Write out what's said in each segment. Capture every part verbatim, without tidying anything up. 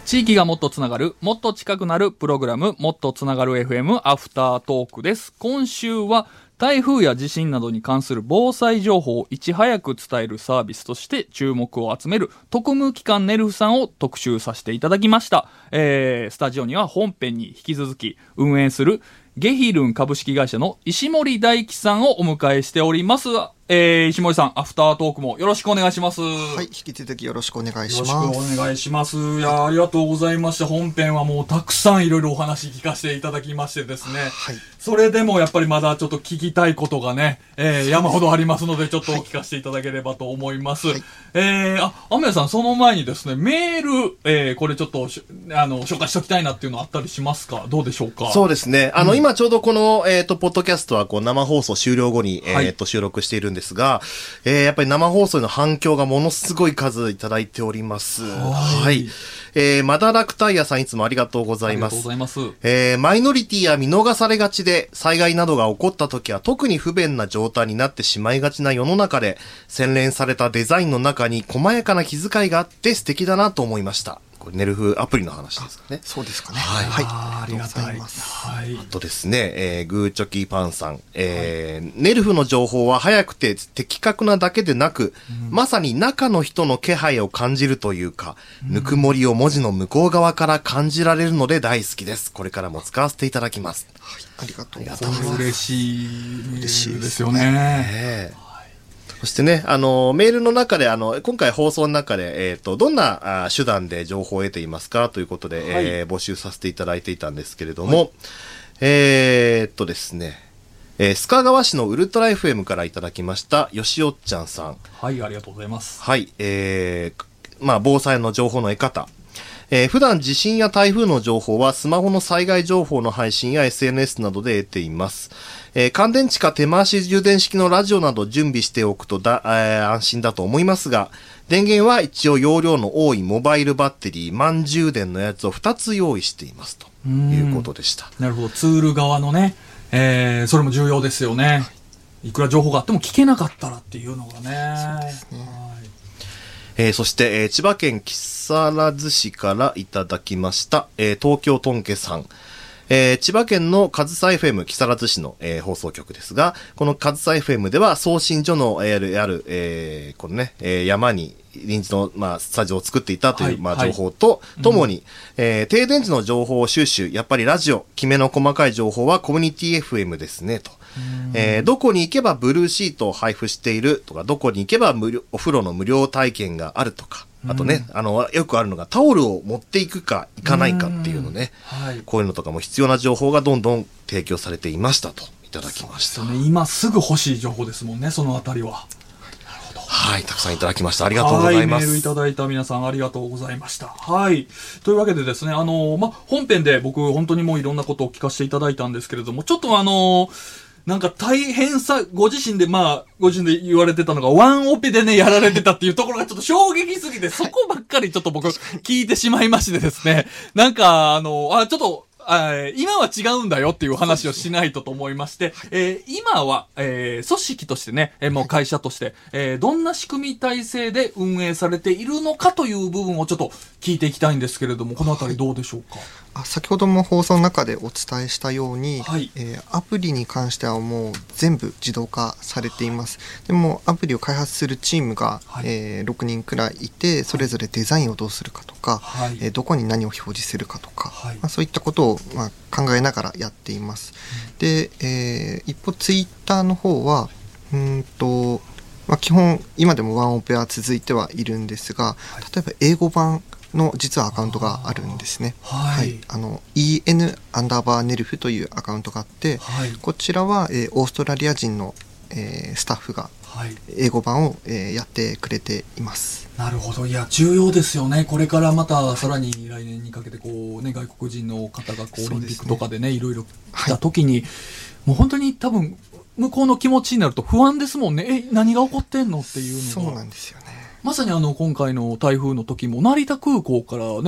地域がもっとつながる、もっと近くなるプログラム、もっとつながる エフエム アフタートークです。今週は台風や地震などに関する防災情報をいち早く伝えるサービスとして注目を集める特務機関ネルフさんを特集させていただきました。えー、スタジオには本編に引き続き運営するゲヒルン株式会社の石森大樹さんをお迎えしております。えー、石森さん、アフタートークもよろしくお願いします。 はい、引き続きよろしくお願いします。 よろしくお願いします。いや、ありがとうございました。本編はもうたくさんいろいろお話聞かせていただきましてですね。はい。それでもやっぱりまだちょっと聞きたいことがね、えー、山ほどありますので、ちょっとお聞かせていただければと思います。はい、えー、あ、アメヤさん、その前にですね、メール、えー、これちょっと、あの、紹介しておきたいなっていうのあったりしますか？どうでしょうか？ そうですね。あの、うん、今ちょうどこの、えっと、ポッドキャストはこう生放送終了後に、えー、っと、収録しているんですが、えー、やっぱり生放送の反響がものすごい数いただいております。はい。はい、えー、マダラクタイヤさんいつもありがとうございます。ありがとうございます。えー、マイノリティや見逃されがちで、災害などが起こった時は特に不便な状態になってしまいがちな世の中で、洗練されたデザインの中に細やかな気遣いがあって素敵だなと思いました。ネルフアプリの話ですかね。 そうですかね。 はい。 はい。 ありがとうございます。 はい。あとですね、えー、グーチョキパンさん、えーはい、ネルフの情報は早くて的確なだけでなく、うん、まさに中の人の気配を感じるというか、うん、ぬくもりを文字の向こう側から感じられるので大好きです。これからも使わせていただきます。 はい。ありがとうございます。嬉しい。 嬉しいですよね。ねそしてね、あの、メールの中で、あの、今回放送の中で、えっと、どんなあ手段で情報を得ていますかということで、はい、えー、募集させていただいていたんですけれども、はい、えーっとですね、えー、須賀川市のウルトラ エフエム からいただきました、よしおっちゃんさん。 はい、ありがとうございます。 はい、えー、まあ、防災の情報の得方。えー、普段地震や台風の情報はスマホの災害情報の配信や エスエヌエス などで得ています。えー、乾電池か手回し充電式のラジオなど準備しておくとだ、えー、安心だと思いますが、電源は一応容量の多いモバイルバッテリー満充電のやつをふたつ用意していますということでした。 なるほど、ツール側のね、えー、それも重要ですよね。いくら情報があっても聞けなかったらっていうのがね。そうですね。はい。 えー、そして、えー、千葉県木更津市からいただきました、えー、東京とんけさん。えー、千葉県の上総 エフエム 木更津市の、えー、放送局ですが、この上総 エフエム では送信所の、えー、ある、えー、このね、えー、山に臨時の、まあ、スタジオを作っていたという、はい、まあ、情報と、はい、ともに、うん、えー、停電時の情報を収集、やっぱりラジオ、きめの細かい情報はコミュニティ エフエム ですね、と。えー、どこに行けばブルーシートを配布しているとか、どこに行けば無料お風呂の無料体験があるとか、あとね、あの、よくあるのがタオルを持っていくか行かないかっていうのね、はい、こういうのとかも必要な情報がどんどん提供されていましたといただきました。 そうですね、今すぐ欲しい情報ですもんね、そのあたりは。 なるほど。はい、たくさんいただきました。ありがとうございます。 はい、メールいただいた皆さんありがとうございました。はい。というわけでですね、あの、ま、本編で僕本当にもういろんなことを聞かせていただいたんですけれども、ちょっとあの、なんか大変さ、ご自身で、まあ、ご自身で言われてたのが、ワンオペでね、やられてたっていうところがちょっと衝撃すぎて、そこばっかりちょっと僕、聞いてしまいましてですね。なんか、あの、あ、ちょっと、今は違うんだよっていう話をしないとと思いまして、えー、今は、えー、組織としてね、えー、もう会社として、えー、どんな仕組み体制で運営されているのかという部分をちょっと聞いていきたいんですけれども、このあたりどうでしょうか。 あ、先ほども放送の中でお伝えしたように、はい、えー、アプリに関してはもう全部自動化されています。でもアプリを開発するチームが、はい、えー、ろくにんくらいいて、それぞれデザインをどうするかとか、はい、えー、どこに何を表示するかとか、はい、まあ、そういったことを、まあ、考えながらやっています。うん、で、えー、一方ツイッターの方はうんと、まあ、基本今でもワンオペは続いてはいるんですが、はい、例えば英語版の実はアカウントがあるんですね。はい、はい、あの イーエヌ アンダーバーネルフというアカウントがあって、はい、こちらは、えー、オーストラリア人の、えー、スタッフが英語版を、えー、やってくれています。 なるほど。いや、重要ですよね。これからまたさらに来年にかけてこう、ね、外国人の方がこうオリンピックとかでね、いろいろ来た時に、はい、もう本当に多分向こうの気持ちになると不安ですもんね。え、何が起こってんのっていうのが。 そうなんですよね。 まさにあの今回の台風の時も成田空港からね、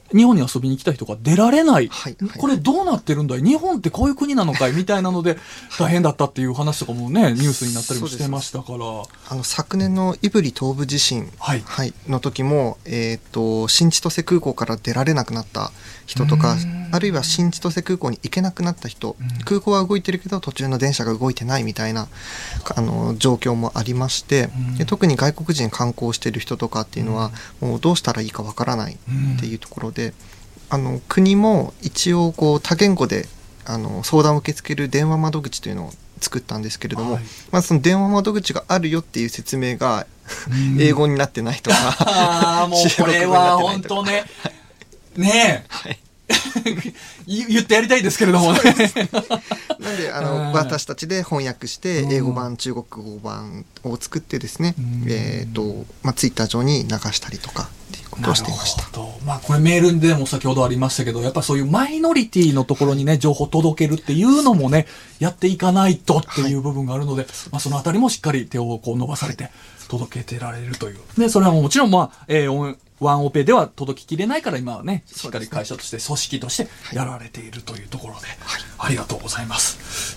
日本に遊びに来た人が出られない、 はいはい、 これどうなってるんだい、日本ってこういう国なのかいみたいなので大変だったっていう話とかもねニュースになったりもしてましたから、 あの昨年の胆振東部地震、はいはい、の時も、えー、と新千歳空港から出られなくなった人とか、あるいは新千歳空港に行けなくなった人、空港は動いてるけど途中の電車が動いてないみたいなあの状況もありまして、で特に外国人観光してる人とかっていうのはもうどうしたらいいかわからないっていうところで、あの国も一応こう多言語であの相談を受け付ける電話窓口というのを作ったんですけれども、はい、まあ、その電話窓口があるよっていう説明が英語になってないとか、 あもうこれは本当ねねえ、はい言ってやりたいですけれどもね。 なんであの私たちで翻訳して英語版、中国語版を作ってですね、えーとまあ、ツイッター上に流したりとかっていうことをしていました。 まあ、これメールでも先ほどありましたけど、やっぱそういうマイノリティのところにね情報を届けるっていうのもねやっていかないとっていう部分があるので、はい、まあ、そのあたりもしっかり手をこう伸ばされて届けてられるという。でそれはもちろんまあ、えーワンオペでは届ききれないから今はねしっかり会社として組織としてやられているというところで、はい、ありがとうございます。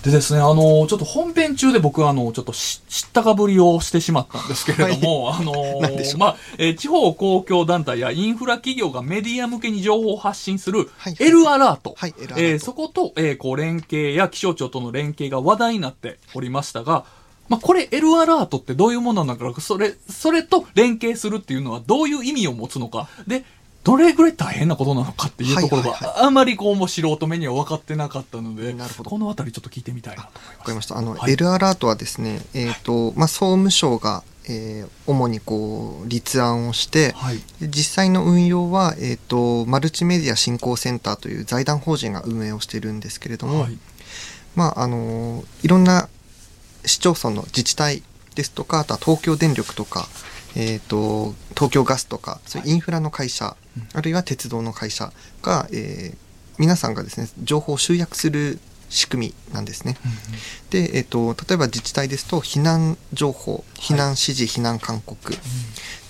でですね、あのちょっと本編中で僕はあのちょっと知ったかぶりをしてしまったんですけれども、はい、あのまあ、えー、地方公共団体やインフラ企業がメディア向けに情報を発信する L アラート、はいはい、えー、そこと、えー、こう連携や気象庁との連携が話題になっておりましたが、まあ、これ L アラートってどういうものなのか、それ、それと連携するっていうのはどういう意味を持つのか、で、どれぐらい大変なことなのかっていうところが、あんまりこうも素人目には分かってなかったので、なるほど、このあたりちょっと聞いてみたいなと思います。 わかりました。あの、はい、L アラートはですね、えっと、まあ、総務省が、えー、主にこう立案をして、はい、実際の運用は、えーと、マルチメディア振興センターという財団法人が運営をしているんですけれども、はい、まあ、あの、いろんな市町村の自治体ですとか、あとは東京電力とか、えーと、東京ガスとか、そういうインフラの会社、はい、あるいは鉄道の会社が、えー、皆さんがですね情報を集約する仕組みなんですね。うんうん、で、えーと、例えば自治体ですと避難情報、避難指示、はい、避難勧告、うん、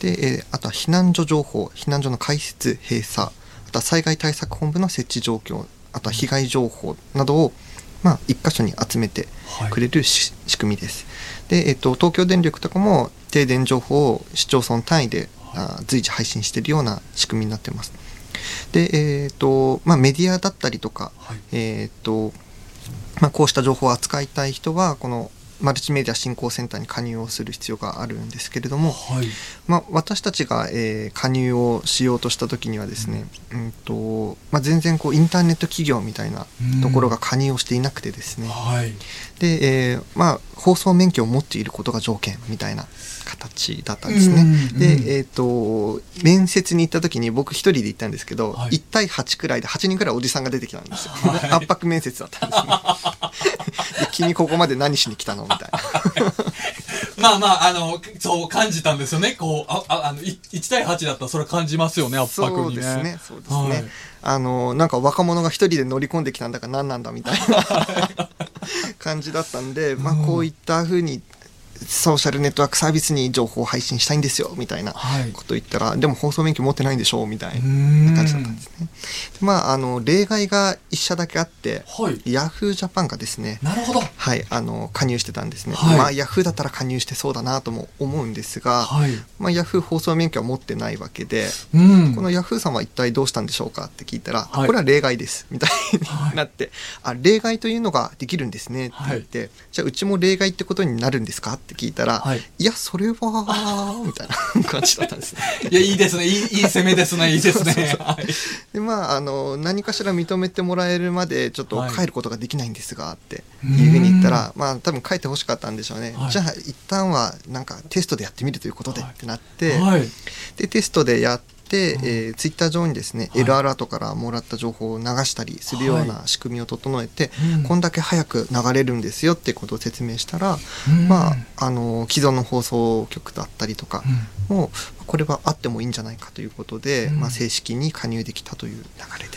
で、えー、あとは避難所情報、避難所の開設閉鎖、あとは災害対策本部の設置状況、あとは被害情報などを、まあ、一箇所に集めてくれる、はい、仕組みです。で、えっと、東京電力とかも停電情報を市町村単位で、はい、随時配信しているような仕組みになっています。で、えっとまあ、メディアだったりとか、はい、えっとまあ、こうした情報を扱いたい人はこのマルチメディア振興センターに加入をする必要があるんですけれども、はい、まあ、私たちが、えー、加入をしようとした時にはですね、うんうんとまあ、全然こうインターネット企業みたいなところが加入をしていなくてですね、はい、で、えーまあ、放送免許を持っていることが条件みたいな形だったんですね。で、えーと、面接に行った時に僕一人で行ったんですけど、はい、いち対はちくらいではちにんくらいおじさんが出てきたんですよ。はい、圧迫面接だったんですね。で君ここまで何しに来たのみたいな。 まあまあ、あの、そう感じたんですよね。こう、あ、あ、あの、いち対はちだったらそれ感じますよね、圧迫にね。 そうですね、そうですね。はい、あの、なんか若者が一人で乗り込んできたんだか何なんだみたいな感じだったんで、まあこういった風に、ソーシャルネットワークサービスに情報を配信したいんですよみたいなことを言ったら、はい、でも放送免許持ってないんでしょうみたいな感じだったんですね。まあ、あの例外が一社だけあって、はい、ヤフージャパンがですね、 なるほど、 はい、あの加入してたんですね。はい、まあ、ヤフーだったら加入してそうだなとも思うんですが、はい、まあ、ヤフー放送免許は持ってないわけで、うん、このヤフーさんは一体どうしたんでしょうかって聞いたら、はい、これは例外ですみたいになって、はい、あ、例外というのができるんですねって言って、はい、じゃあうちも例外ってことになるんですかって聞いたら、はい、いやそれはみたいな感じだったんですね。 いや、いいですね、いい、いい攻めですね、いいですね。そうそうそう、はい、 で、まあ、あの何かしら認めてもらえるまでちょっと帰ることができないんですがっていうふうに言ったら、まあ多分帰ってほしかったんでしょうね。はい、じゃあ一旦はなんかテストでやってみるということでってなって、はい、でテストでやってで、うん、えー、ツイッター上にですね、はい、L アラートからもらった情報を流したりするような仕組みを整えて、はい、こんだけ早く流れるんですよってことを説明したら、うん、まあ、あの既存の放送局だったりとかも、うん、これはあってもいいんじゃないかということで、うん、まあ、正式に加入できたという流れでした。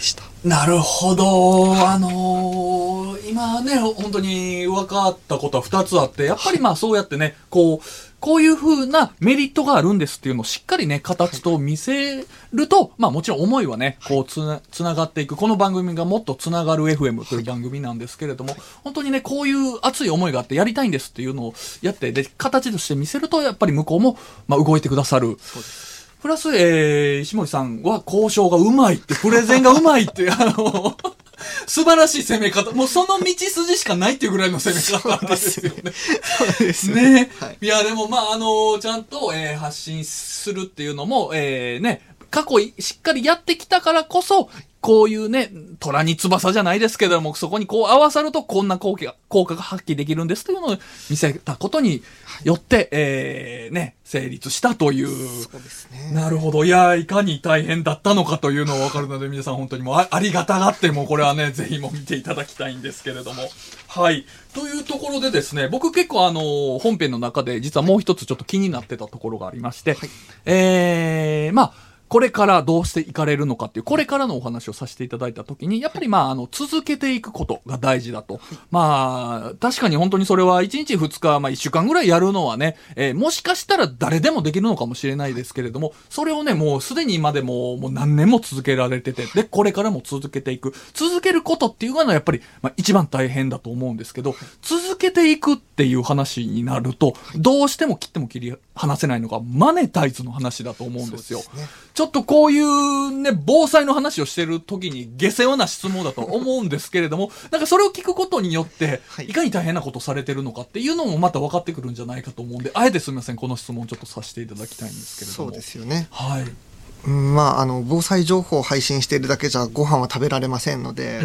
なるほど。あのー、今ね、本当に分かったことは二つあって、やっぱりまあそうやってね、こう、こういう風なメリットがあるんですっていうのをしっかりね、形と見せると、はい、まあもちろん思いはね、こうつな、つながっていく。この番組がもっとつながる エフエム という番組なんですけれども、はい、本当にね、こういう熱い思いがあってやりたいんですっていうのをやって、で、形として見せると、やっぱり向こうも、まあ動いてくださる。そうです。プラス、えー、石森さんは交渉がうまいって、プレゼンがうまいって、あの、素晴らしい攻め方。もうその道筋しかないっていうぐらいの攻め方なんですよね。 そうですね。 ね、はい。いや、でもまあ、あの、ちゃんと、えー、発信するっていうのも、えー、ね、過去しっかりやってきたからこそ、こういうね、虎に翼じゃないですけども、そこにこう合わさるとこんな効果が、効果が発揮できるんですというのを見せたことによって、はい、えー、ね、成立したという。 そうですね。 なるほど。いや、いかに大変だったのかというのを分かるので、皆さん本当にもう あ, ありがたがっても、これはね、ぜひも見ていただきたいんですけれども。はい。というところでですね、僕結構あの、本編の中で実はもう一つちょっと気になってたところがありまして、はい、えー、まあ、これからどうしていかれるのかっていう、これからのお話をさせていただいたときに、やっぱりまあ、あの、続けていくことが大事だと。まあ、確かに本当にそれはいちにちふつか、まあいっしゅうかんぐらいやるのはね、えー、もしかしたら誰でもできるのかもしれないですけれども、それをね、もうすでに今でも、もう何年も続けられてて、で、これからも続けていく。続けることっていうのはやっぱり、まあ一番大変だと思うんですけど、続けていくっていう話になると、どうしても切っても切り離せないのがマネタイズの話だと思うんですよ。そうですね。ちょっとこういうね、防災の話をしてる時に下世話な質問だと思うんですけれども、なんかそれを聞くことによって、いかに大変なことされてるのかっていうのもまた分かってくるんじゃないかと思うんで、あえてすみません、この質問をちょっとさせていただきたいんですけれども。 そうですよね。 はい。 うん、まあ、あの、防災情報を配信しているだけじゃご飯は食べられませんので、 うん。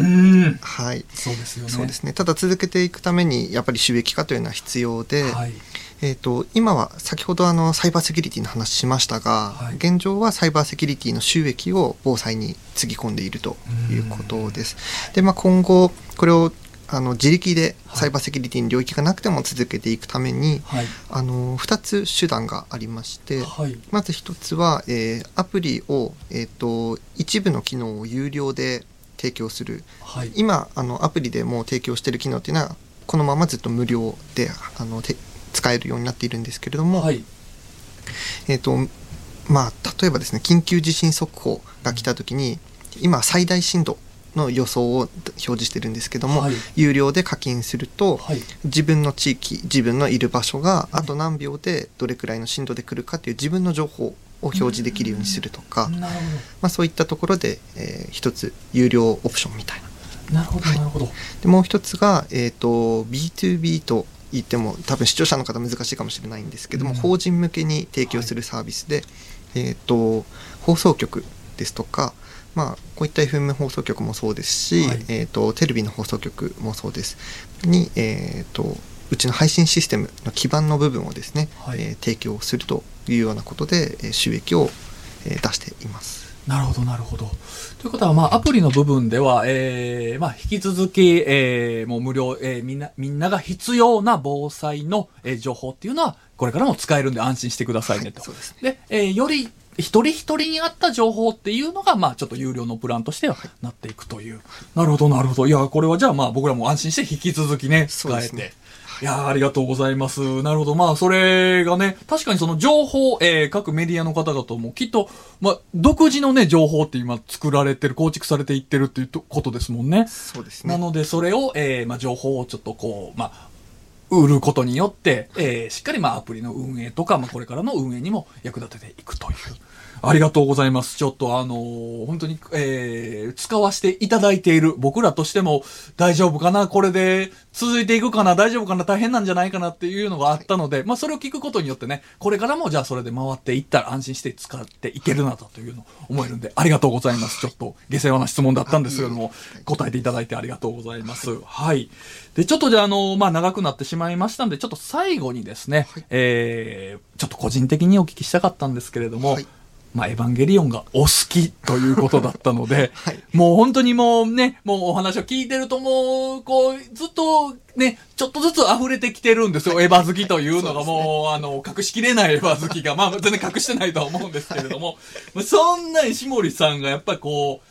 はい。 そうですよね。 そうですね。ただ続けていくために、やっぱり収益化というのは必要で、はい。えーと、今は先ほどあのサイバーセキュリティの話しましたが、はい、現状はサイバーセキュリティの収益を防災につぎ込んでいるということです。で、まあ、今後これをあの自力でサイバーセキュリティに領域がなくても続けていくために、はい、あのふたつ手段がありまして、はい、まずひとつは、えー、アプリを、えーと、一部の機能を有料で提供する、はい、今あのアプリでもう提供している機能っていうのはこのままずっと無料であのて使えるようになっているんですけれども、はい、えーとまあ、例えばですね、緊急地震速報が来たときに、今最大震度の予想を表示してるんですけども、はい、有料で課金すると、はい、自分の地域、自分のいる場所があと何秒でどれくらいの震度で来るかという自分の情報を表示できるようにするとか、まあ、そういったところで、えー、一つ有料オプションみたいな。 なるほど、なるほど。はい、 でもう一つが、えーと、ビーツービー と言っても多分視聴者の方難しいかもしれないんですけども、うん、法人向けに提供するサービスで、はい、えーと、放送局ですとか、まあ、こういった エフエム 放送局もそうですし、はい、えーと、テレビの放送局もそうですに、えーと、うちの配信システムの基盤の部分をですね、はい、えー、提供するというようなことで、えー、収益を、えー、出しています。 なるほど、なるほど。ということは、まあ、アプリの部分では、えー、まあ、引き続き、えー、もう無料、えー、みんな、みんなが必要な防災の、えー、情報っていうのは、これからも使えるんで安心してくださいねと。はい、そうですね。で、えー、より、一人一人に合った情報っていうのが、まあ、ちょっと有料のプランとしてはなっていくという。はい、なるほど、なるほど。いや、これはじゃあ、まあ、僕らも安心して引き続きね、使えて。いやー、ありがとうございます。なるほど。まあ、それがね、確かにその情報、えー、各メディアの方々もきっと、まあ、独自のね、情報って今作られてる、構築されていってるっていうことですもんね。 そうですね。 なので、それを、えー、まあ、情報をちょっとこう、まあ、売ることによって、えー、しっかりまあ、アプリの運営とか、まあ、これからの運営にも役立てていくという。ありがとうございます。ちょっとあのー、本当に、えー、使わせていただいている僕らとしても大丈夫かな、これで続いていくかな、大丈夫かな、大変なんじゃないかなっていうのがあったので、まあそれを聞くことによってね、これからもじゃあそれで回っていったら安心して使っていけるなというのを思えるんで、ありがとうございます。ちょっと下世話な質問だったんですけども、答えていただいてありがとうございます。はい。で、ちょっとじゃあ、あのー、まあ長くなってしまいましたんで、ちょっと最後にですね、はい、えー、ちょっと個人的にお聞きしたかったんですけれども、はい、まあ、エヴァンゲリオンがお好きということだったので、はい、もう本当にもうね、もうお話を聞いてるともう、こう、ずっとね、ちょっとずつ溢れてきてるんですよ、はい、エヴァ好きというのがもう、ね、あの、隠しきれないエヴァ好きが、まあ全然隠してないとは思うんですけれども、はい、そんな石森さんがやっぱりこう、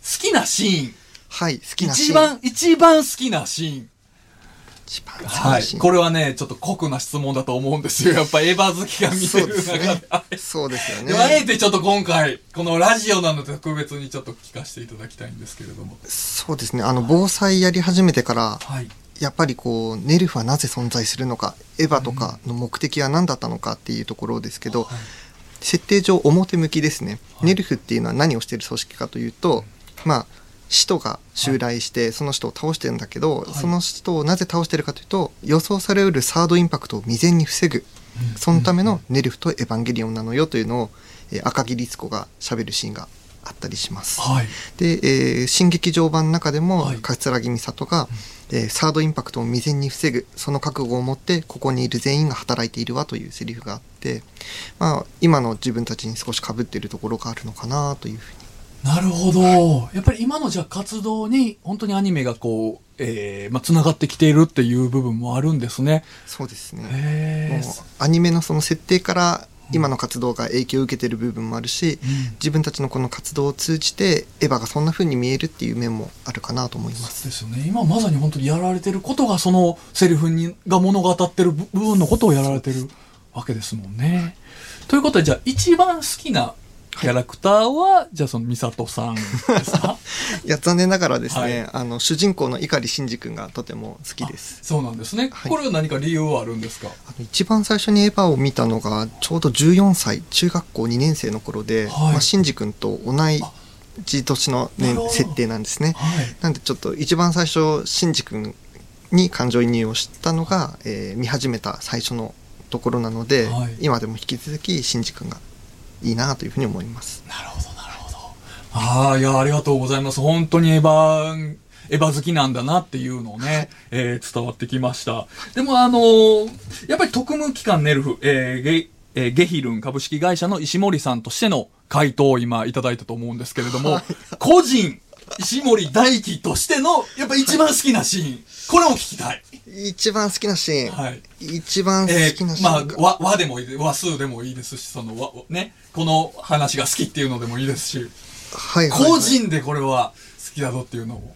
きなシーン。 はい、好きなシーン。 一番、一番好きなシーン。 一番好きなシーン。 はい。これはね、ちょっと酷な質問だと思うんですよ。やっぱエヴァ好きが見てる中で。 そうですよね。 でもあえてちょっと今回、このラジオなので特別にちょっと聞かせていただきたいんですけれども。 そうですね。あの、防災やり始めてから、 はい。 やっぱりこう、ネルフはなぜ存在するのか、エヴァとかの目的は何だったのかっていうところですけど、はい、設定上表向きですね。はい、ネルフっていうのは何をしている組織かというと、まあ、使徒が襲来してその使徒を倒してるんだけど、はい、その使徒をなぜ倒してるかというと、予想されうるサードインパクトを未然に防ぐ、うん、そのためのネルフとエヴァンゲリオンなのよというのを、えー、赤木律子が喋るシーンがあったりします、はい、で、えー、新劇場版の中でも、はい、桂木美里が、うんえー、サードインパクトを未然に防ぐ、その覚悟を持ってここにいる全員が働いているわというセリフがあって、まあ、今の自分たちに少し被っているところがあるのかなというふうに。 なるほど。やっぱり今のじゃあ活動に本当にアニメがこう、えー、まあ繋がってきているっていう部分もあるんですね。 そうですね。もうアニメのその設定から今の活動が影響を受けている部分もあるし、うん、自分たちのこの活動を通じてエヴァがそんな風に見えるっていう面もあるかなと思います。 そうですよね。今まさに本当にやられてることがそのセリフにが物語ってる部分のことをやられてるわけですもんね。ということでじゃあ一番好きなキャラクターは、はい、じゃあその美里さんですか？ いや残念ながらですね、はい、あの主人公の碇シンジ君がとても好きです。 そうなんですね、はい、これは何か理由はあるんですか？ あの一番最初にエヴァを見たのがちょうどじゅうよんさい中学校にねん生の頃で、はいまあ、シンジ君と同じ年の、ね、設定なんですね、はい、なんでちょっと一番最初シンジ君に感情移入をしたのが、えー、見始めた最初のところなので、はい、今でも引き続きシンジ君がいいなというふうに思います。 なるほどなるほど。ああいやありがとうございます。本当にエヴァエヴァ好きなんだなっていうのをね、えー、伝わってきました。でもあのー、やっぱり特務機関ネルフ、えーゲえー、ゲヒルン株式会社の石森さんとしての回答を今いただいたと思うんですけれども、はい、個人石森大輝としてのやっぱ一番好きなシーン、これを聞きたい。 一番好きなシーン、 はい、 一番好きなシーン、 えー、まあ和、和でもいい、和数でもいいですし、その和ね、この話が好きっていうのでもいいですし、はいはいはい、個人でこれは好きだぞっていうのを。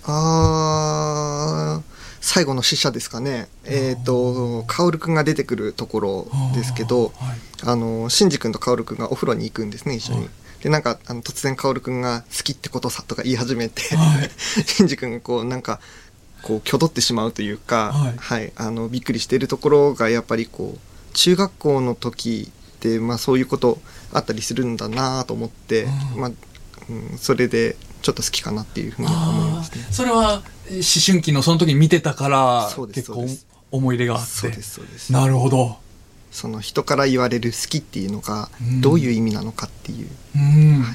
あー最後の死者ですかね。えっ、ー、と薫くんが出てくるところですけど、あ、はい、あのシンジ君と薫くんがお風呂に行くんですね、一緒に。はい、でなんかあの突然薫くんが好きってことさとか言い始めて、はい、シンジ君がこうなんかこう挙動ってしまうというか、はいはい、あのびっくりしているところがやっぱりこう中学校の時って、まあ、そういうことあったりするんだなと思って、うんまあうん、それでちょっと好きかなっていうふうに思いますね。 それは思春期のその時に見てたから結構思い入れがあって。 そうですそうです。 なるほど。 その人から言われる好きっていうのがどういう意味なのかっていう、 うんはい、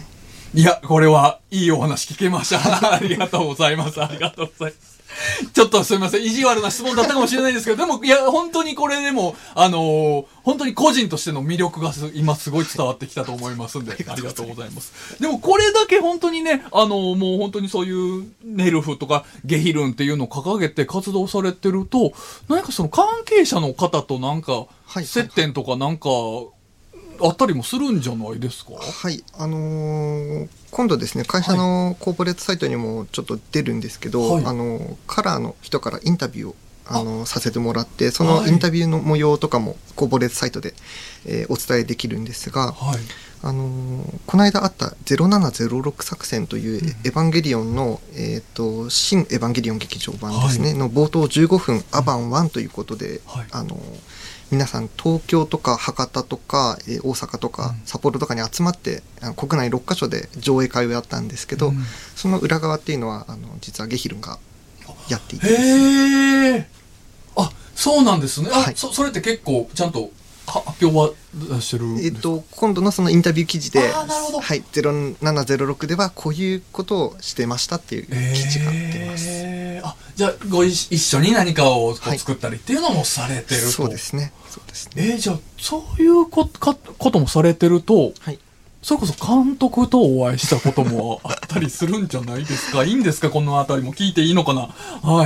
いやこれはいいお話聞けましたありがとうございますありがとうございますちょっとすみません意地悪な質問だったかもしれないですけど、でもいや本当にこれでもあのー、本当に個人としての魅力が今すごい伝わってきたと思いますんで、はい、ありがとうございます。でもこれだけ本当にね、あのー、もう本当にそういうネルフとかゲヒルンっていうのを掲げて活動されてると、何かその関係者の方となんか接点とかなんかあったりもするんじゃないですか？ はい、あのー、今度ですね会社のコーポレートサイトにもちょっと出るんですけど、はい、あのー、カラーの人からインタビューをあのー、させてもらって、そのインタビューの模様とかもコーポレートサイトで、えー、お伝えできるんですが、はい、あのー、この間あったゼロななゼロろく作戦というエヴァンゲリオンの、うんえー、と新エヴァンゲリオン劇場版ですね、はい、の冒頭じゅうごふんアバンワンということで、はい、あのー皆さん東京とか博多とか、えー、大阪とか札幌とかに集まって、うん、国内ろっかしょで上映会をやったんですけど、うん、その裏側っていうのはあの実はゲヒルンがやっていてですね。 へー、あ、そうなんですね。あ、はい、そ, それって結構ちゃんと発表は出してるんですか？えーと、 今度のそのインタビュー記事で、 あ、なるほど、 はい、ゼロななゼロろくではこういうことをしてましたっていう記事が出ます。 えー、あ、じゃあご一緒に何かを作ったりっていうのもされてると、はい、 そうですね。そうですね。 えー、じゃあそういうこ と, かこともされてると、はい、それこそ監督とお会いしたこともあったりするんじゃないですか？いいんですか？このあたりも聞いていいのかな？はい。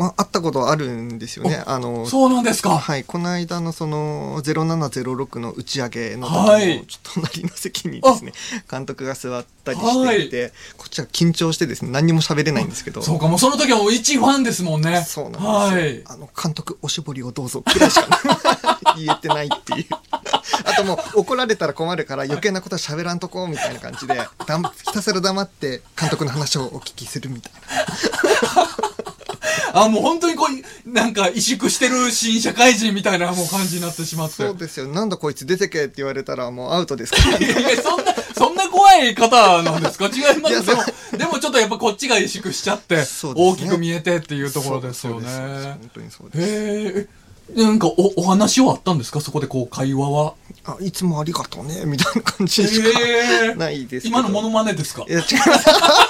まあ、会ったことあるんですよね。あのそうなんですか。 はい、この間のそのゼロななゼロろくの打ち上げの時も、 はい、 ちょっと隣の席にですね監督が座ったりしていて、はい、こっちは緊張してですね何にも喋れないんですけど、 そうか、もうその時はもう一ファンですもんね。 そうなんですよ、はい、あの監督おしぼりをどうぞくらいしか言えてないっていうあともう怒られたら困るから余計なことは喋らんとこうみたいな感じでだひたすら黙って監督の話をお聞きするみたいなあ、もう本当にこうなんか萎縮してる新社会人みたいなもう感じになってしまって。 そうですよ。なんだこいつ出てけって言われたらもうアウトですから、ね、 いやいや、そんなそんな怖い方なんですか？違います。でもでもちょっとやっぱこっちが萎縮しちゃって、ね、大きく見えてっていうところですよね。 本当にそうです。 へえ。なんか お, お話はあったんですか？そこでこう会話は。 あ、いつもありがとうねみたいな感じしかないですけど。 今のモノマネですか？ いや違います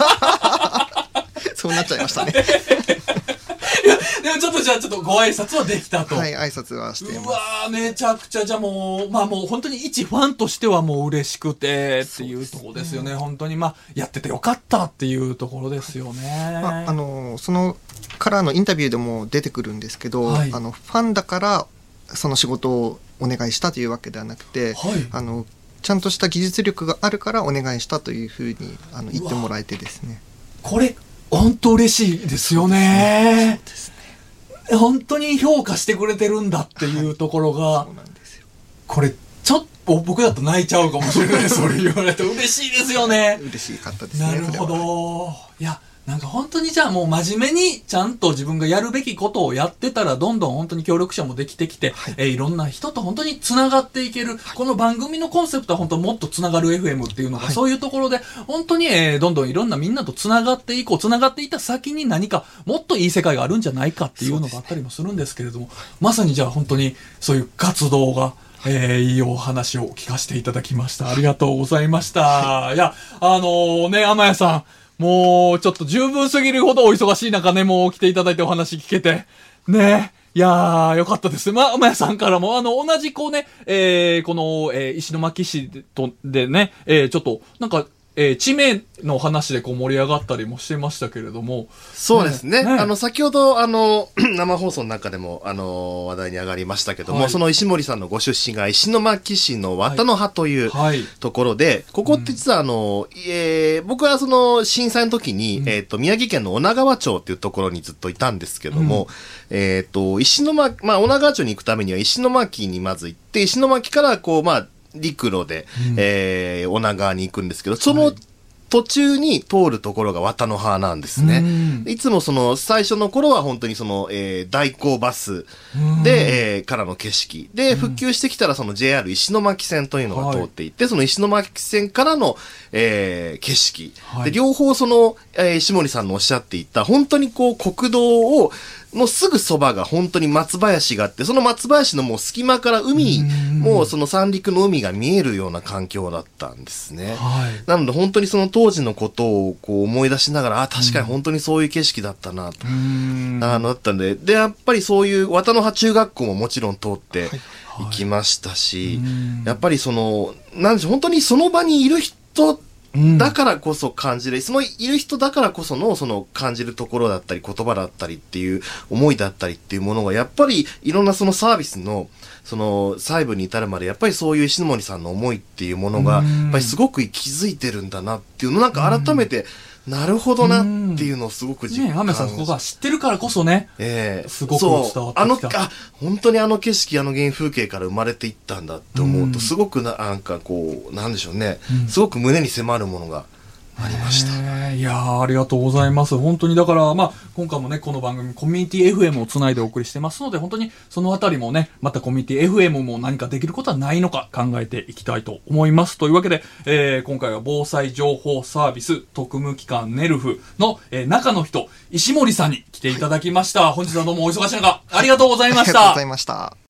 そうなっちゃいましたねいやでもちょっとじゃあちょっとご挨拶はできたと。 はい、挨拶はしています。 うわー、めちゃくちゃじゃあもうまあもう本当に一ファンとしてはもう嬉しくてっていうところですよね。ね、本当にまあやっててよかったっていうところですよね。 まあ、あのそのからのインタビューでも出てくるんですけど、はい、あのファンだからその仕事をお願いしたというわけではなくて、はい、あのちゃんとした技術力があるからお願いしたというふうにあの言ってもらえてですね。 これ本当嬉しいですよね。そうですね。本当に評価してくれてるんだっていうところが、はい、そうなんですよ。これちょっと僕だと泣いちゃうかもしれないそれ言われて嬉しいですよね。 嬉しかったですね。 なるほど。いやなんか本当にじゃあもう真面目にちゃんと自分がやるべきことをやってたらどんどん本当に協力者もできてきて、はい、えー、いろんな人と本当につながっていける、はい、この番組のコンセプトは本当もっとつながる エフエム っていうのが、はい、そういうところで本当に、えー、どんどんいろんなみんなとつながっていこう、つながっていった先に何かもっといい世界があるんじゃないかっていうのがあったりもするんですけれども、ね、まさにじゃあ本当にそういう活動がえー、いいお話を聞かせていただきました。ありがとうございました。はい、いや、あのー、ね、天谷さん、もう、ちょっと十分すぎるほどお忙しい中ね、もう来ていただいてお話聞けて、ね、いやー、よかったです。まあ、天谷さんからも、あの、同じこうね、えー、この、えー、石巻市と、でね、えー、ちょっと、なんか、えー、地名の話でこう盛り上がったりもしてましたけれども。 そうですね。ねね、あの、先ほど、あの、生放送の中でも、あの、話題に上がりましたけども、はい、その石森さんのご出身が石巻市の綿の葉という、はい、ところで、ここって実はあの、うん、えー、僕はその震災の時に、うん、えっと、宮城県の女川町っていうところにずっといたんですけども、うん、えっと、石巻、まあ、女川町に行くためには石巻にまず行って、石巻からこう、まあ、陸路で、うん、えー、女川に行くんですけど、その途中に通るところが綿の葉なんですね。うん、いつもその最初の頃は本当にその、えー、代行バスで、えー、からの景色で、復旧してきたらその ジェイアール 石巻線というのが通っていて、はい、その石巻線からの、えー、景色、はい、で両方その、えー、石森さんのおっしゃっていた本当にこう国道をのすぐそばが本当に松林があって、その松林のもう隙間から海、もうその三陸の海が見えるような環境だったんですね。はい、なので本当にその当時のことをこう思い出しながら、あ、確かに本当にそういう景色だったなと。あの、だったんで、で、やっぱりそういう綿の葉中学校ももちろん通って行きましたし、はいはい、やっぱりその、なんでしょう、本当にその場にいる人、だからこそ感じる、そのいる人だからこそのその感じるところだったり言葉だったりっていう思いだったりっていうものがやっぱりいろんなそのサービスのその細部に至るまでやっぱりそういう石森さんの思いっていうものがやっぱりすごく気づいてるんだなっていうのをなんか改めてなるほどなっていうのをすごく実感して、ね、 アメさんそこが知ってるからこそね、えー、すごく伝わってきた。 あのあ本当にあの景色あの原風景から生まれていったんだって思うとすごくななんかこうなんでしょうね、うん、すごく胸に迫るものがありました。 いやーありがとうございます。本当にだからまあ今回もねこの番組コミュニティ エフエム をつないでお送りしてますので、本当にそのあたりもねまたコミュニティ エフエム も何かできることはないのか考えていきたいと思います。というわけで、えー、今回は防災情報サービス特務機関ネルフの、えー、中の人石森さんに来ていただきました。本日はどうもお忙しい中ありがとうございました。 ありがとうございました。